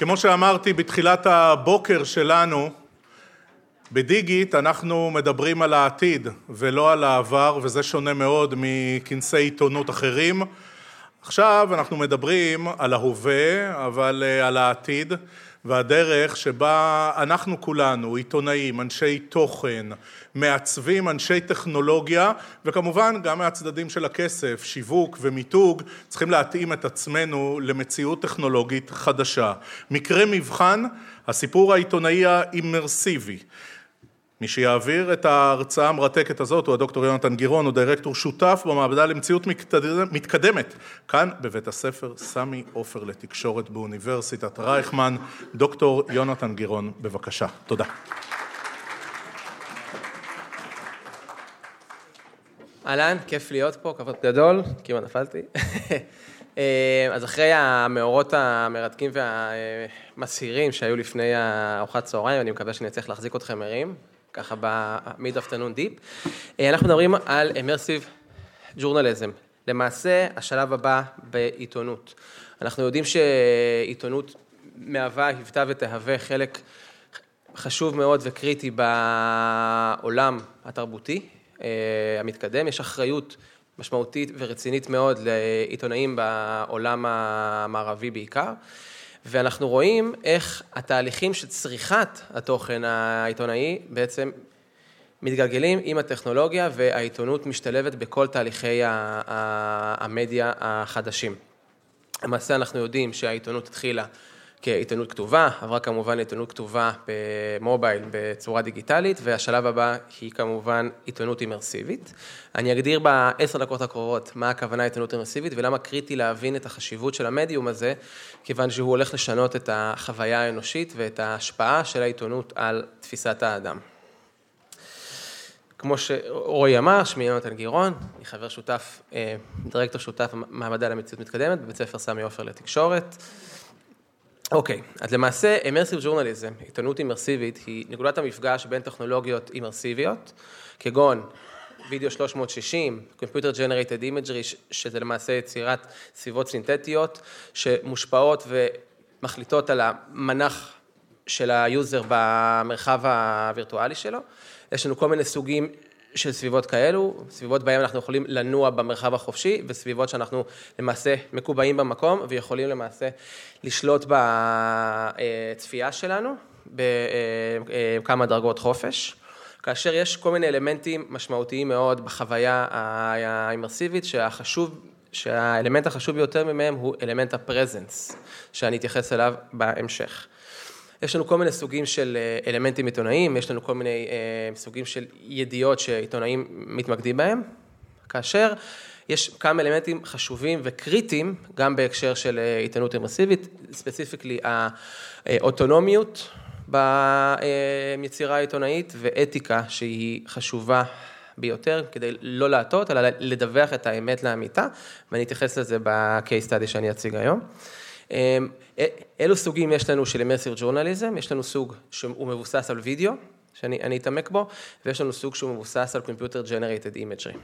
כמו שאמרתי בתחילת הבוקר שלנו, בדיגיט אנחנו מדברים על העתיד ולא על העבר, וזה שונה מאוד מכנסי עיתונות אחרים. עכשיו אנחנו מדברים על ההווה, אבל על העתיד, והדרך שבה אנחנו כולנו, עיתונאים, אנשי תוכן, מעצבים, אנשי טכנולוגיה, וכמובן גם מהצדדים של הכסף, שיווק ומיתוג, צריכים להתאים את עצמנו למציאות טכנולוגית חדשה. מקרה מבחן, הסיפור העיתונאי האימרסיבי. מי שיעביר את ההרצאה המרתקת הזאת הוא הדוקטור יונתן גירון, הוא דירקטור שותף במעבדה למציאות מתקדמת, כאן בבית הספר סמי עופר לתקשורת באוניברסיטת רייכמן. דוקטור יונתן גירון, בבקשה. תודה. אהלן, כיף להיות פה, כבוד גדול, כמעט נפלתי. אז אחרי המאורות המרתקים והמסהירים שהיו לפני ארוחת צהריים, אני מקווה שאני אצליח להחזיק אתכם ערים, ככה ב-mid afternoon deep. אנחנו מדברים על immersive journalism. למעשה, השלב הבא בעיתונות. אנחנו יודעים שעיתונות מהווה, היוותה ותהווה חלק חשוב מאוד וקריטי בעולם התרבותי המתקדם. יש אחריות משמעותית ורצינית מאוד לעיתונאים בעולם המערבי בעיקר. ואנחנו רואים איך התהליכים של צריכת התוכן העיתונאי בעצם מתגלגלים עם הטכנולוגיה, והעיתונות משתלבת בכל תהליכי המדיה החדשים. למעשה אנחנו יודעים שהעיתונות התחילה כעיתונות כתובה, עברה כמובן עיתונות כתובה במובייל בצורה דיגיטלית, והשלב הבא היא כמובן עיתונות אימרסיבית. אני אגדיר ב10 דקות הקרובות מה הכוונה עיתונות אימרסיבית, ולמה קריטי להבין את החשיבות של המדיום הזה, כיוון שהוא הולך לשנות את החוויה האנושית ואת ההשפעה של העיתונות על תפיסת האדם. כמו שרועי אמר, שמי יונתן גירון, אני חבר שותף, דירקטור שותף מעבדה למציאות מתקדמת, בבית ספר סמי עופר לתקשורת. אוקיי, אז למעשה, immersive journalism, עיתונות אימרסיבית, היא נקודת המפגש בין טכנולוגיות אימרסיביות, כגון וידאו 360, Computer Generated Imagery, שזה למעשה יצירת סביבות סינתטיות, שמושפעות ומחליטות על המנח של היוזר במרחב הווירטואלי שלו. יש לנו כל מיני סוגים של סביבות כאלו, סביבות בהם אנחנו יכולים לנוע במרחב החופשי, וסביבות שאנחנו למעשה מקובעים במקום, ויכולים למעשה לשלוט בצפייה שלנו, בכמה דרגות חופש, כאשר יש כל מיני אלמנטים משמעותיים מאוד בחוויה האימרסיבית, שהאלמנט החשוב ביותר ממהם הוא אלמנט הפרזנס, שאני אתייחס אליו בהמשך. יש לנו כל מיני סוגים של אלמנטים עיתונאיים, יש לנו כל מיני סוגים של ידיעות שעיתונאים מתמקדים בהם, כאשר יש כמה אלמנטים חשובים וקריטיים, גם בהקשר של עיתונות אימרסיבית, ספציפיקלי האוטונומיות ביצירה העיתונאית, ואתיקה שהיא חשובה ביותר, כדי לא להטות, אלא לדווח את האמת לאמיתה, ואני אתייחס לזה ב-case study שאני אציג היום. אילו סוגים יש לנו של immersive journalism? יש לנו סוג שהוא מבוסס על וידאו, שאני אתעמק בו, ויש לנו סוג שהוא מבוסס על Computer Generated Imagery.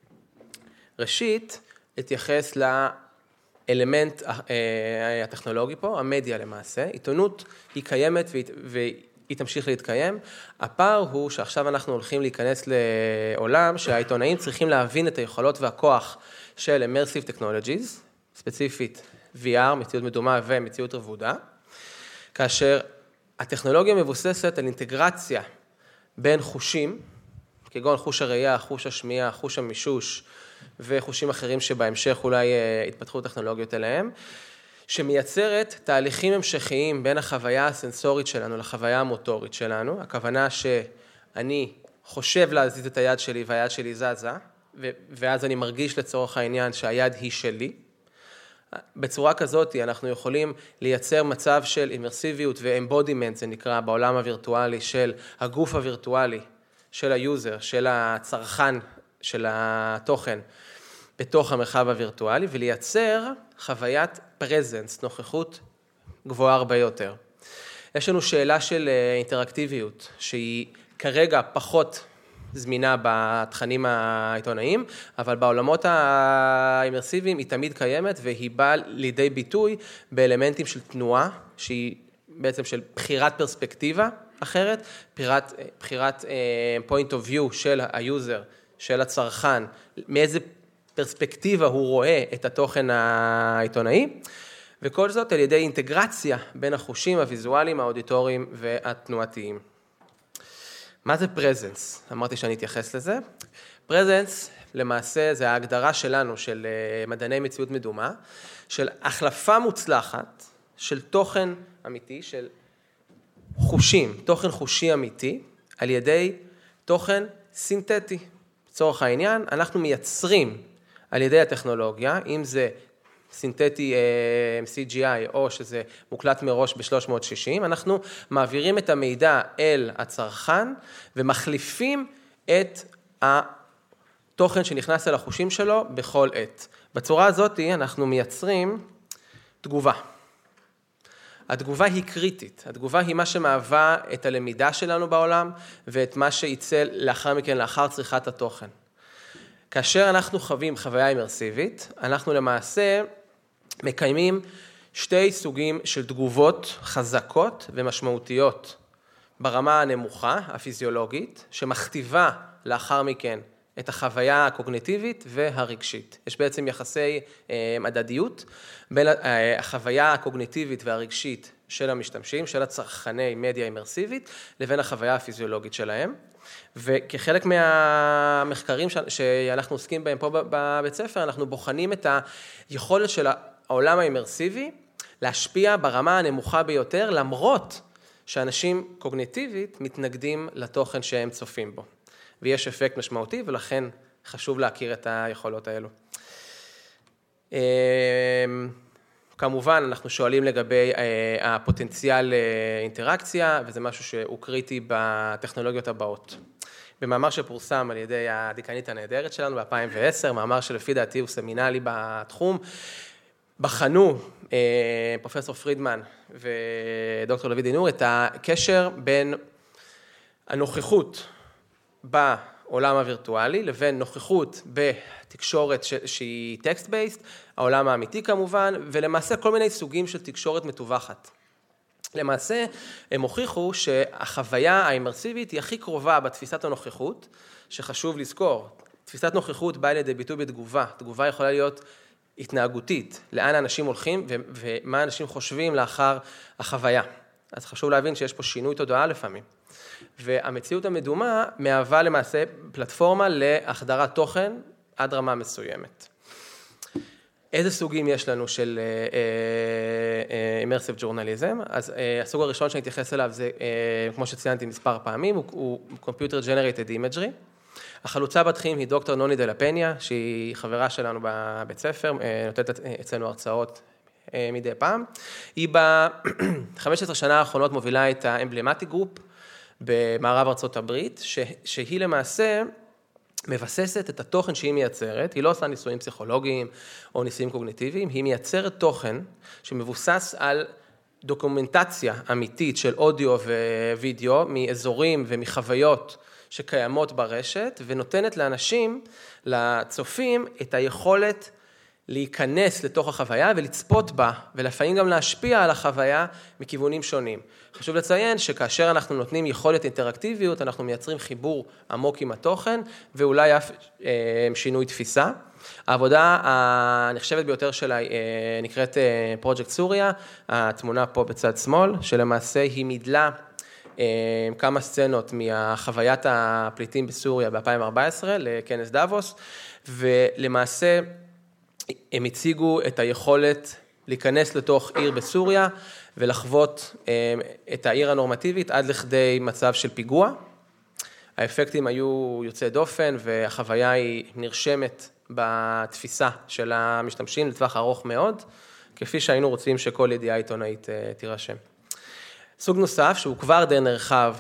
ראשית, אתייחס לאלמנט הטכנולוגי פה, המדיה למעשה. עיתונות היא קיימת והיא תמשיך להתקיים. הפער הוא שעכשיו אנחנו הולכים להיכנס לעולם שהעיתונאים צריכים להבין את היכולות והכוח של immersive technologies, ספציפית VR, מציאות מדומה ומציאות רבודה, כאשר הטכנולוגיה מבוססת על אינטגרציה בין חושים, כגון חוש הראייה, חוש השמיעה, חוש המישוש וחושים אחרים שבהמשך אולי התפתחו טכנולוגיות אליהם, שמייצרת תהליכים המשכיים בין החוויה הסנסורית שלנו לחוויה המוטורית שלנו. הכוונה שאני חושב להזיז את היד שלי והיד שלי זזה, ואז אני מרגיש לצורך העניין שהיד היא שלי. בצורה כזאת אנחנו יכולים לייצר מצב של אימרסיביות ואמבודימנט, זה נקרא בעולם הווירטואלי, של הגוף הווירטואלי, של היוזר, של הצרכן, של התוכן, בתוך המרחב הווירטואלי, ולייצר חוויית פרזנס, נוכחות גבוהה הרבה יותר. יש לנו שאלה של אינטראקטיביות, שהיא כרגע פחות זמינה בתכנים העיתונאיים, אבל בעולמות האימרסיביים היא תמיד קיימת, והיא באה לידי ביטוי באלמנטים של תנועה, שהיא בעצם של בחירת פרספקטיבה אחרת, בחירת point of view של היוזר, של הצרכן, מאיזה פרספקטיבה הוא רואה את התוכן העיתונאי, וכל זאת על ידי אינטגרציה בין החושים הוויזואליים, האודיטוריים והתנועתיים. מה זה פרזנס? אמרתי שאני אתייחס לזה. פרזנס למעשה זה ההגדרה שלנו, של מדעני מציאות מדומה, של החלפה מוצלחת של תוכן אמיתי, של חושים, תוכן חושי אמיתי, על ידי תוכן סינתטי. לצורך העניין, אנחנו מייצרים על ידי הטכנולוגיה, אם זה סינתטי CGI או שזה מוקלט מראש ב-360, אנחנו מעבירים את המידע אל הצרכן ומחליפים את התוכן שנכנס אל החושים שלו בכל עת. בצורה הזאת אנחנו מייצרים תגובה. התגובה היא קריטית, התגובה היא מה שמהווה את הלמידה שלנו בעולם ואת מה שיצא לאחר מכן, לאחר צריכת התוכן. כאשר אנחנו חווים חוויה אימרסיבית, אנחנו למעשה מקיימים שתי סוגים של תגובות חזקות ומשמעותיות ברמה הנמוכה, הפיזיולוגית, שמכתיבה לאחר מכן את החוויה הקוגניטיבית והרגשית. יש בעצם יחסי הדדיות בין החוויה הקוגניטיבית והרגשית של המשתמשים, של הצרכני מדיה אימרסיבית, לבין החוויה הפיזיולוגית שלהם. וכחלק מהמחקרים שאנחנו עוסקים בהם פה בבית ספר, אנחנו בוחנים את היכולת של העולם האימרסיבי להשפיע ברמה הנמוכה ביותר, למרות שאנשים קוגניטיבית מתנגדים לתוכן שהם צופים בו. ויש אפקט משמעותי, ולכן חשוב להכיר את היכולות האלו. כמובן, אנחנו שואלים לגבי הפוטנציאל אינטראקציה, וזה משהו שהוא קריטי בטכנולוגיות הבאות. במאמר שפורסם על ידי הדיקנית הנהדרת שלנו ב-2010, מאמר שלפי דעתי הוא סמינלי בתחום, בחנו פרופסור פרידמן ודוקטור לוי דינור את הקשר בין הנוכחות בעולם הווירטואלי לבין נוכחות בתקשורת שהיא טקסט-בייסט, העולם האמיתי כמובן, ולמעשה כל מיני סוגים של תקשורת מתווכת. למעשה הם הוכיחו שהחוויה האימרסיבית היא הכי קרובה בתפיסת הנוכחות, שחשוב לזכור. תפיסת נוכחות באה לידי ביטוי בתגובה. תגובה יכולה להיות התנהגותית, לאן האנשים הולכים ומה אנשים חושבים לאחר החוויה. אז חשוב להבין שיש פה שינוי תודעה לפעמים. והמציאות המדומה מהווה למעשה פלטפורמה להחדרת תוכן עד רמה מסוימת. איזה סוגים יש לנו של immersive journalism? אז הסוג הראשון שאני אתייחס אליו זה, כמו שציינתי מספר פעמים, הוא Computer Generated Imagery. החלוצה בתחום היא דוקטור נוני דה לה פניה, שהיא חברה שלנו בבית ספר, נותנת אצלנו הרצאות מדי פעם. היא ב-15 שנה האחרונות מובילה את ה-Emblematic Group במערב ארצות הברית, שהיא למעשה מבססת את התוכן שהיא מייצרת, היא לא עושה ניסויים פסיכולוגיים או ניסויים קוגניטיביים, היא מייצרת תוכן שמבוסס על דוקומנטציה אמיתית של אודיו ווידאו מאזורים ומחוויות שקיימות ברשת, ונותנת לאנשים, לצופים, את היכולת להיכנס לתוך החוויה ולצפות בה, ולפעמים גם להשפיע על החוויה מכיוונים שונים. חשוב לציין שכאשר אנחנו נותנים יכולת אינטראקטיביות, אנחנו מייצרים חיבור עמוק עם התוכן, ואולי אף שינוי תפיסה. העבודה הנחשבת ביותר שלה נקראת פרויקט סוריה, התמונה פה בצד שמאל, שלמעשה היא מידלה כמה סצנות מהחוויית הפליטים בסוריה ב-2014 לכנס דאבוס, ולמעשה הם הציגו את היכולת להיכנס לתוך עיר בסוריה ולחוות את העיר הנורמטיבית עד לכדי מצב של פיגוע. האפקטים היו יוצאי דופן והחוויה היא נרשמת בתפיסה של המשתמשים לטווח ארוך מאוד, כפי שהיינו רוצים שכל ידיעה עיתונאית תירשם. סוג נוסף שהוא כבר די נרחב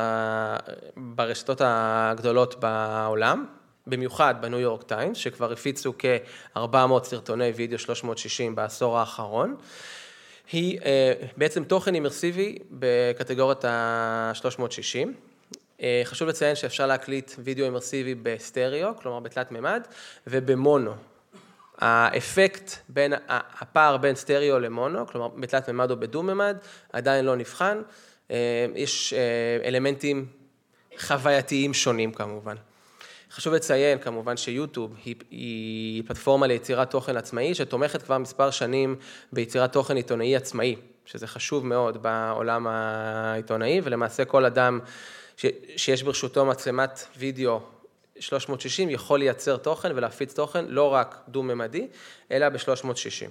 ברשתות הגדולות בעולם, במיוחד בניו יורק טיימס, שכבר הפיצו כ-400 סרטוני וידאו 360 בעשור האחרון, היא בעצם תוכן אימרסיבי בקטגוריית ה-360. חשוב לציין שאפשר להקליט וידאו אימרסיבי בסטריאו, כלומר בתלת ממד, ובמונו. האפקט בין, הפער בין סטריאו למונו, כלומר בתלת ממד או בדו ממד, עדיין לא נבחן. יש אלמנטים חווייתיים שונים כמובן. חשוב לציין כמובן שיוטיוב היא פלטפורמה ליצירת תוכן עצמאי, שתומכת כבר מספר שנים ביצירת תוכן עיתונאי עצמאי, שזה חשוב מאוד בעולם העיתונאי, ולמעשה כל אדם שיש ברשותו מצלמת וידאו 360 יכול לייצר תוכן ולהפיץ תוכן, לא רק דו-ממדי, אלא ב-360.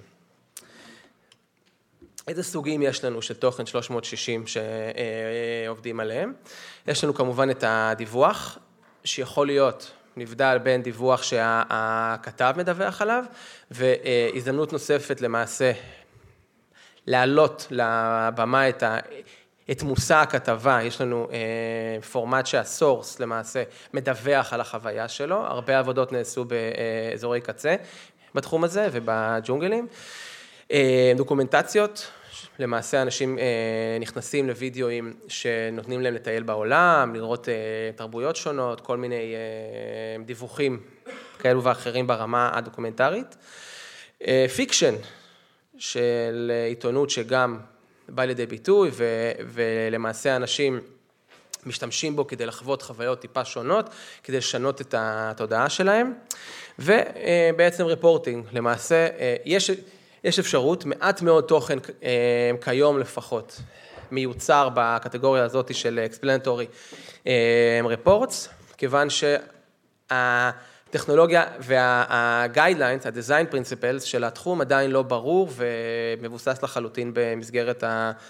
איזה סוגים יש לנו של תוכן 360 שעובדים עליהם? יש לנו כמובן את הדיווח, שיכול להיות נבדל בין דיווח שהכתב מדווח עליו, והזדמנות נוספת למעשה להעלות לבמה את מושא הכתבה. יש לנו פורמט שהסורס למעשה מדווח על החוויה שלו, הרבה עבודות נעשו באזורי קצה בתחום הזה ובג'ונגלים. דוקומנטציות, למעשה אנשים נכנסים לוידאוים שנותנים להם לטייל בעולם, לראות תרבויות שונות, כל מיני דיווחים כאלו ואחרים ברמה הדוקומנטרית. פיקשן של עיתונות שגם בא לידי ביטוי, ולמעשה אנשים משתמשים בו כדי לחוות חוויות טיפה שונות, כדי לשנות את התודעה שלהם, ובעצם רפורטינג, למעשה יש אפשרות, מעט מאוד תוכן כיום לפחות, מיוצר בקטגוריה הזאת של explanatory reports, כיוון שהטכנולוגיה וה-guidelines, ה-design principles של התחום עדיין לא ברור ומבוסס לחלוטין במסגרת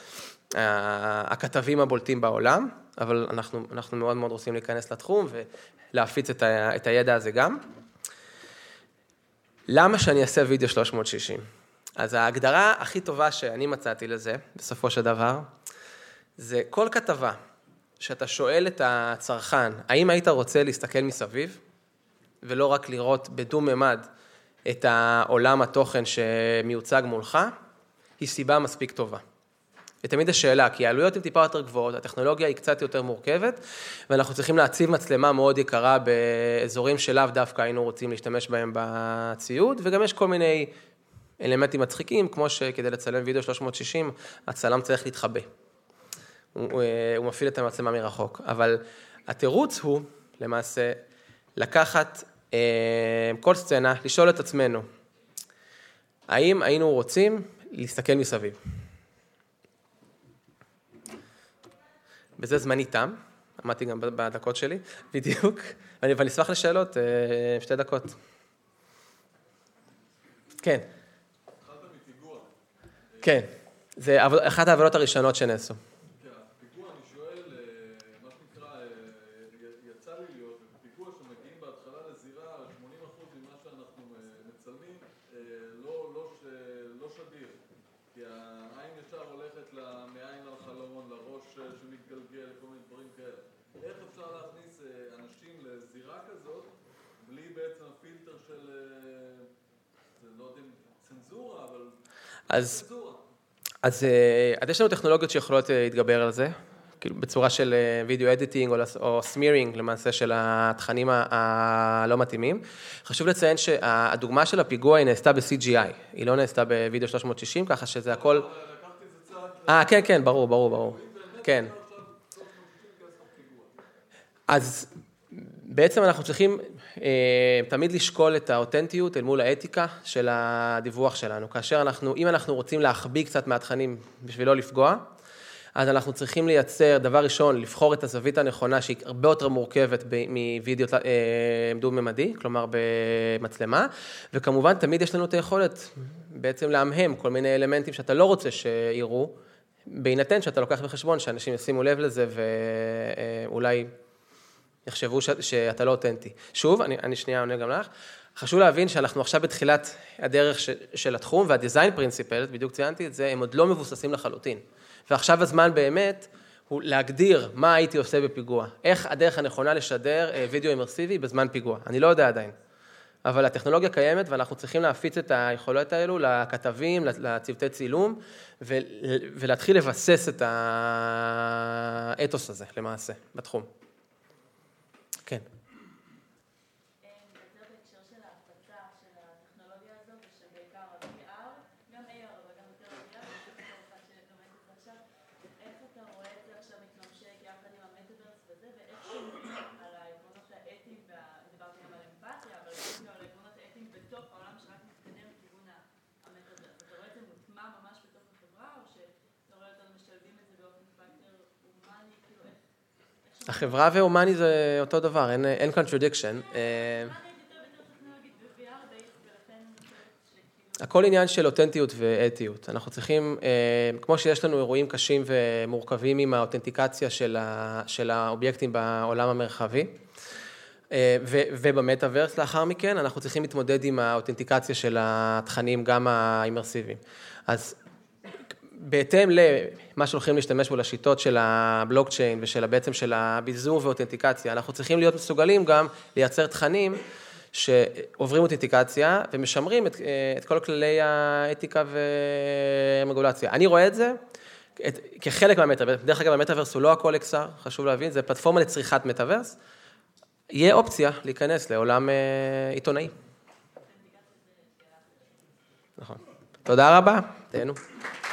הכתבים הבולטים בעולם, אבל אנחנו מאוד מאוד רוצים להיכנס לתחום ולהפיץ את הידע הזה גם. למה שאני אעשה וידאו 360? אז ההגדרה הכי טובה שאני מצאתי לזה, בסופו של דבר, זה כל כתבה שאתה שואל את הצרכן, האם היית רוצה להסתכל מסביב, ולא רק לראות בדו ממד את העולם התוכן שמיוצג מולך, היא סיבה מספיק טובה. ותמיד השאלה, כי העלויות הן טיפה יותר גבוהות, הטכנולוגיה היא קצת יותר מורכבת, ואנחנו צריכים להציב מצלמה מאוד יקרה באזורים שלאו דווקא היינו רוצים להשתמש בהם בציוד, וגם יש כל מיני אלמנטים מצחיקים, כמו שכדי לצלם וידאו 360, הצלם צריך להתחבא. הוא מפעיל את המצלמה מרחוק. אבל התירוץ הוא, למעשה, לקחת כל סצנה, לשאול את עצמנו, האם היינו רוצים להסתכל מסביב? בזה זמני תם, עמדתי גם בדקות שלי, בדיוק, ואני אשמח לשאלות, 2 דקות. כן. כן, זה אחת העבודות הראשונות שנעשו. פיגוע, אני שואל, מה שנקרא, יצא לי להיות, פיגוע שמגיעים בהתחלה לזירה, 80% ממה שאנחנו מצלמים, לא שדיר. כי העין ישר הולכת מעין על חלון, לראש שמתגלגל, כל מיני דברים כאלה. איך אפשר להכניס אנשים לזירה כזאת, בלי בעצם הפילטר של, לא יודע, צנזורה, אבל צנזורה. אז יש לנו טכנולוגיות שיכולות להתגבר על זה, כאילו בצורה של וידאו אדיטינג או סמירינג למעשה של התכנים הלא מתאימים. חשוב לציין שהדוגמה של הפיגוע היא נעשתה ב-CGI, היא לא נעשתה בווידאו 360, ככה שזה הכל... לקחתי את זה צעד... כן, ברור. כן. אז בעצם אנחנו צריכים תמיד לשקול את האותנטיות אל מול האתיקה של הדיווח שלנו. כאשר אם אנחנו רוצים להחביא קצת מהתכנים בשביל לא לפגוע, אז אנחנו צריכים לייצר, דבר ראשון, לבחור את הזווית הנכונה, שהיא הרבה יותר מורכבת מווידאו דו-ממדי, כלומר במצלמה, וכמובן תמיד יש לנו את היכולת בעצם להמהם כל מיני אלמנטים שאתה לא רוצה שיראו, בהינתן שאתה לוקח בחשבון שאנשים ישימו לב לזה ואולי יחשבו שאתה לא אותנטי. שוב, אני שנייה עונה גם לך, חשוב להבין שאנחנו עכשיו בתחילת הדרך של התחום, והדיזיין פרינסיפלס, בדיוק ציינתי את זה, הם עוד לא מבוססים לחלוטין. ועכשיו הזמן באמת הוא להגדיר מה הייתי עושה בפיגוע, איך הדרך הנכונה לשדר וידאו אימרסיבי בזמן פיגוע. אני לא יודע עדיין, אבל הטכנולוגיה קיימת ואנחנו צריכים להפיץ את היכולות האלו לכתבים, לצוותי צילום, ולהתחיל לבסס את האתוס הזה למעשה בתחום. כן. יותר בהקשר של ההפצה של הטכנולוגיה הזאת, החברה והומני זה אותו דבר, אין contradiction. הכל עניין של אותנטיות ואתיות. אנחנו צריכים, כמו שיש לנו אירועים קשים ומורכבים עם האותנטיקציה של האובייקטים בעולם המרחבי, ובמטאברס לאחר מכן, אנחנו צריכים להתמודד עם האותנטיקציה של התכנים, גם האימרסיביים. אז בהתאם למה שהולכים להשתמש בו לשיטות של הבלוקצ'יין ושל בעצם של הביזור ואותנטיקציה, אנחנו צריכים להיות מסוגלים גם לייצר תכנים שעוברים אותנטיקציה ומשמרים את כל כללי האתיקה ומגולציה. אני רואה את זה כחלק מהמטאברס. דרך אגב, המטאברס הוא לא הכל XR, חשוב להבין, זה פלטפורמה לצריכת מטאברס. יהיה אופציה להיכנס לעולם עיתונאי. נכון. תודה רבה, תהנו.